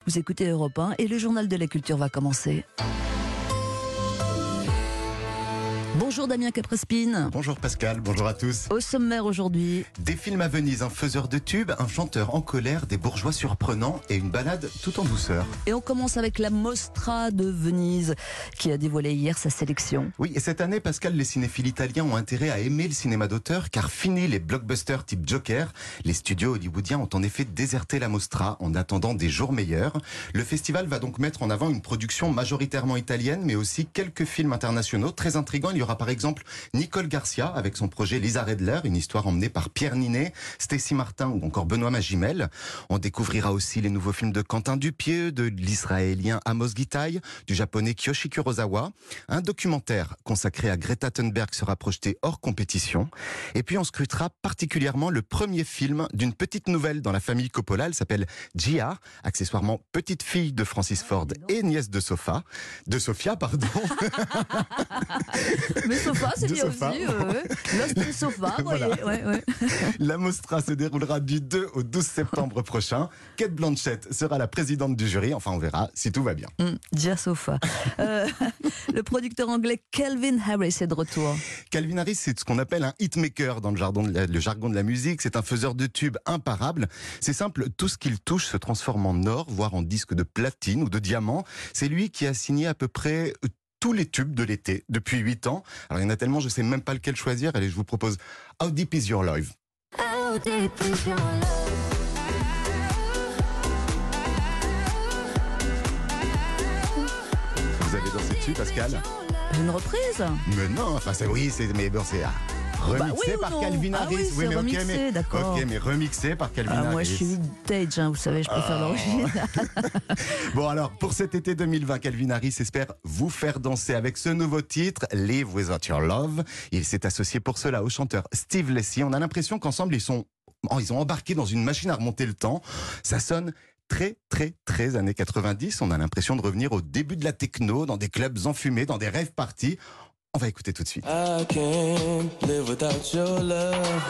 Vous écoutez Europe 1 et le journal de la culture va commencer. Bonjour Damien Caprespine. Bonjour Pascal, bonjour à tous. Au sommaire aujourd'hui. Des films à Venise, un faiseur de tubes, un chanteur en colère, des bourgeois surprenants et une balade tout en douceur. Et on commence avec la Mostra de Venise qui a dévoilé hier sa sélection. Oui, et cette année, Pascal, les cinéphiles italiens ont intérêt à aimer le cinéma d'auteur car fini les blockbusters type Joker. Les studios hollywoodiens ont en effet déserté la Mostra en attendant des jours meilleurs. Le festival va donc mettre en avant une production majoritairement italienne mais aussi quelques films internationaux très intrigants. Il y aura par exemple Nicole Garcia avec son projet Lisa Redler, une histoire emmenée par Pierre Ninet, Stacy Martin ou encore Benoît Magimel. On découvrira aussi les nouveaux films de Quentin Dupieux, de l'israélien Amos Gitaï, du japonais Kiyoshi Kurosawa. Un documentaire consacré à Greta Thunberg sera projeté hors compétition. Et puis on scrutera particulièrement le premier film d'une petite nouvelle dans la famille Coppola. Elle s'appelle Gia, accessoirement petite fille de Francis Ford et nièce de Sophia, Mais Sofa, c'est bien Sofa. aussi. Lost in Sofa, vous Voilà. voyez. Ouais. La Mostra se déroulera du 2 au 12 septembre prochain. Kate Blanchett sera la présidente du jury. Enfin, on verra si tout va bien. Dia Sofa. Le producteur anglais Calvin Harris est de retour. Calvin Harris, c'est ce qu'on appelle un hitmaker dans le jargon de la musique. C'est un faiseur de tubes imparable. C'est simple, tout ce qu'il touche se transforme en or, voire en disque de platine ou de diamant. C'est lui qui a signé à peu près tous les tubes de l'été depuis 8 ans. Alors il y en a tellement, je sais même pas lequel choisir. Allez, je vous propose How Deep Is Your Love. How deep is your love? Vous avez dansé dessus, Pascal? Une reprise? Mais non, enfin c'est mais bon, c'est remixé oui ou par non? Calvin Ah Harris. oui, c'est mais remixé, d'accord. ok, mais remixé par Calvin Harris. Moi, je suis vintage, vous savez, je préfère l'origine. Bon alors, pour cet été 2020, Calvin Harris espère vous faire danser avec ce nouveau titre, Live Without Your Love. Il s'est associé pour cela au chanteur Steve Lacy. On a l'impression qu'ensemble, ils ont embarqué dans une machine à remonter le temps. Ça sonne très années 90. On a l'impression de revenir au début de la techno, dans des clubs enfumés, dans des rave parties. On va écouter tout de suite. I can't live without your love.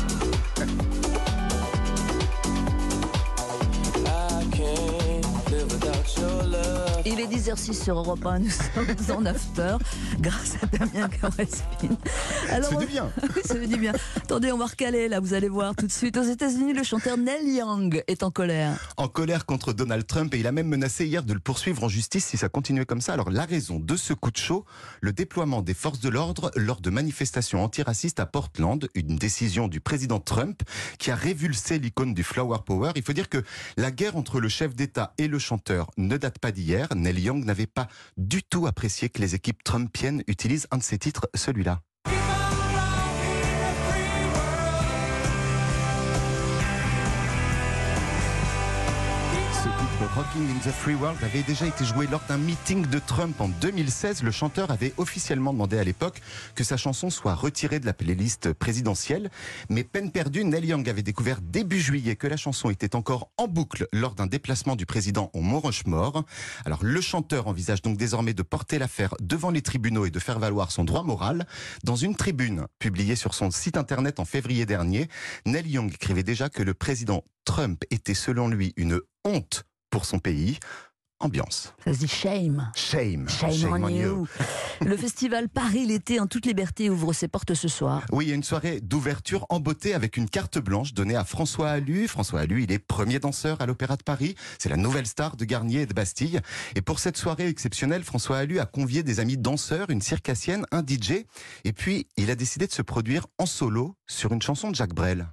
I can't live without your love. Il est 10h06 sur Europe 1, nous sommes en after, grâce à Damien Caprespine. Alors, Ça fait du bien. Oui, ça fait du bien. Attendez, on va recaler, là, vous allez voir tout de suite. Aux États-Unis, le chanteur Neil Young est en colère. En colère contre Donald Trump, et il a même menacé hier de le poursuivre en justice si ça continuait comme ça. Alors la raison de ce coup de chaud, le déploiement des forces de l'ordre lors de manifestations antiracistes à Portland, une décision du président Trump qui a révulsé l'icône du Flower Power. Il faut dire que la guerre entre le chef d'État et le chanteur ne date pas d'hier. Neil Young n'avait pas du tout apprécié que les équipes trumpiennes utilisent un de ses titres, celui-là. Rocking in the Free World avait déjà été joué lors d'un meeting de Trump en 2016. Le chanteur avait officiellement demandé à l'époque que sa chanson soit retirée de la playlist présidentielle. Mais peine perdue, Neil Young avait découvert début juillet que la chanson était encore en boucle lors d'un déplacement du président au Mont Rushmore. Alors le chanteur envisage donc désormais de porter l'affaire devant les tribunaux et de faire valoir son droit moral. Dans une tribune publiée sur son site internet en février dernier, Neil Young écrivait déjà que le président Trump était selon lui une honte pour son pays. Ambiance. Ça se dit shame. Shame On you. Le festival Paris l'été en toute liberté ouvre ses portes ce soir. Oui, il y a une soirée d'ouverture en beauté avec une carte blanche donnée à François Allu. François Allu, il est premier danseur à l'Opéra de Paris. C'est la nouvelle star de Garnier et de Bastille. Et pour cette soirée exceptionnelle, François Allu a convié des amis danseurs, une circassienne, un DJ. Et puis, il a décidé de se produire en solo sur une chanson de Jacques Brel.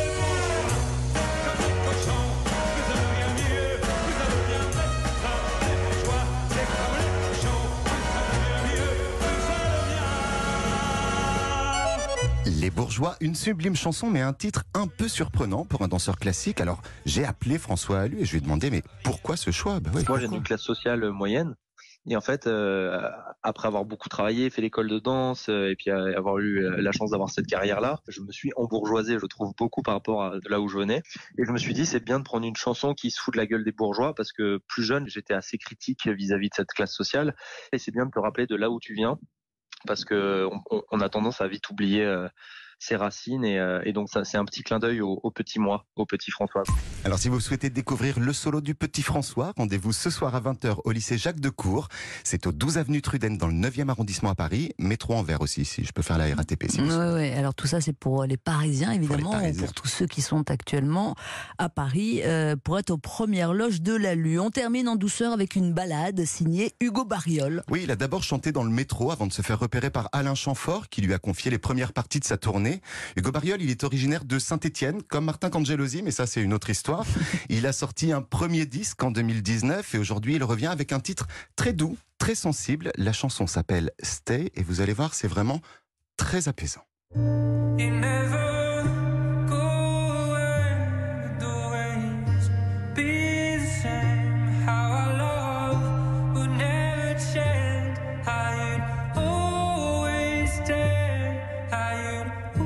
Les Bourgeois, une sublime chanson, mais un titre un peu surprenant pour un danseur classique. Alors, j'ai appelé François Allu et je lui ai demandé, mais pourquoi ce choix? Moi, je viens d'une classe sociale moyenne. Et en fait, après avoir beaucoup travaillé, fait l'école de danse, et puis avoir eu la chance d'avoir cette carrière-là, je me suis embourgeoisé, je trouve, beaucoup par rapport à de là où je venais. Et je me suis dit, c'est bien de prendre une chanson qui se fout de la gueule des bourgeois, parce que plus jeune, j'étais assez critique vis-à-vis de cette classe sociale. Et c'est bien de te rappeler de là où tu viens, parce que on a tendance à vite oublier ses racines et donc ça c'est un petit clin d'œil au petit moi, au petit François. Alors si vous souhaitez découvrir le solo du petit François, rendez-vous ce soir à 20h au lycée Jacques Decour. C'est au 12 avenue Truden dans le 9e arrondissement à Paris. Métro Anvers aussi, si je peux faire la RATP. Si vous souhaitez. Ouais. Alors tout ça, c'est pour les Parisiens, évidemment, Pour les ou Parisiens. pour tous ceux qui sont actuellement à Paris pour être aux premières loges de la Lue. On termine en douceur avec une ballade signée Hugo Barriol. Oui, il a d'abord chanté dans le métro avant de se faire repérer par Alain Chamfort, qui lui a confié les premières parties de sa tournée. Hugo Barriol, il est originaire de Saint-Étienne, comme Martin Cangelosi, mais ça c'est une autre histoire. Il a sorti un premier disque en 2019 et aujourd'hui il revient avec un titre très doux, très sensible. La chanson s'appelle Stay et vous allez voir, c'est vraiment très apaisant. You never go away, the ways be the same. How our love would never change. How you'd always stay. How you'd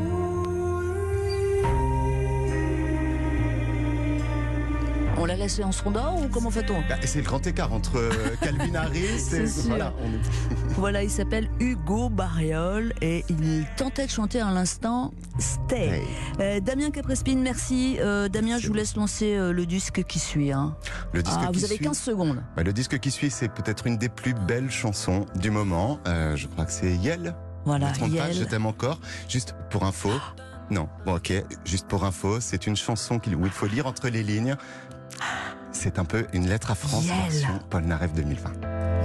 On la laisse en sondor ou comment fait-on? Bah, c'est le grand écart entre Calvin Harris C'est et sûr. voilà. Voilà, il s'appelle Hugo Barriol et il tentait de chanter à l'instant Stay. Damien Caprespine, merci. Damien, je vous laisse lancer le disque qui suit. Hein. Le disque qui vous avez suit. 15 secondes. Bah, le disque qui suit, c'est peut-être une des plus belles chansons du moment. Je crois que c'est Yel. Voilà, Ne me trompe pas, Yel. Je t'aime encore. Juste pour info. Non, bon ok, juste pour info, c'est une chanson où il faut lire entre les lignes. C'est un peu une lettre à France, Yel. version Paul Naref 2020.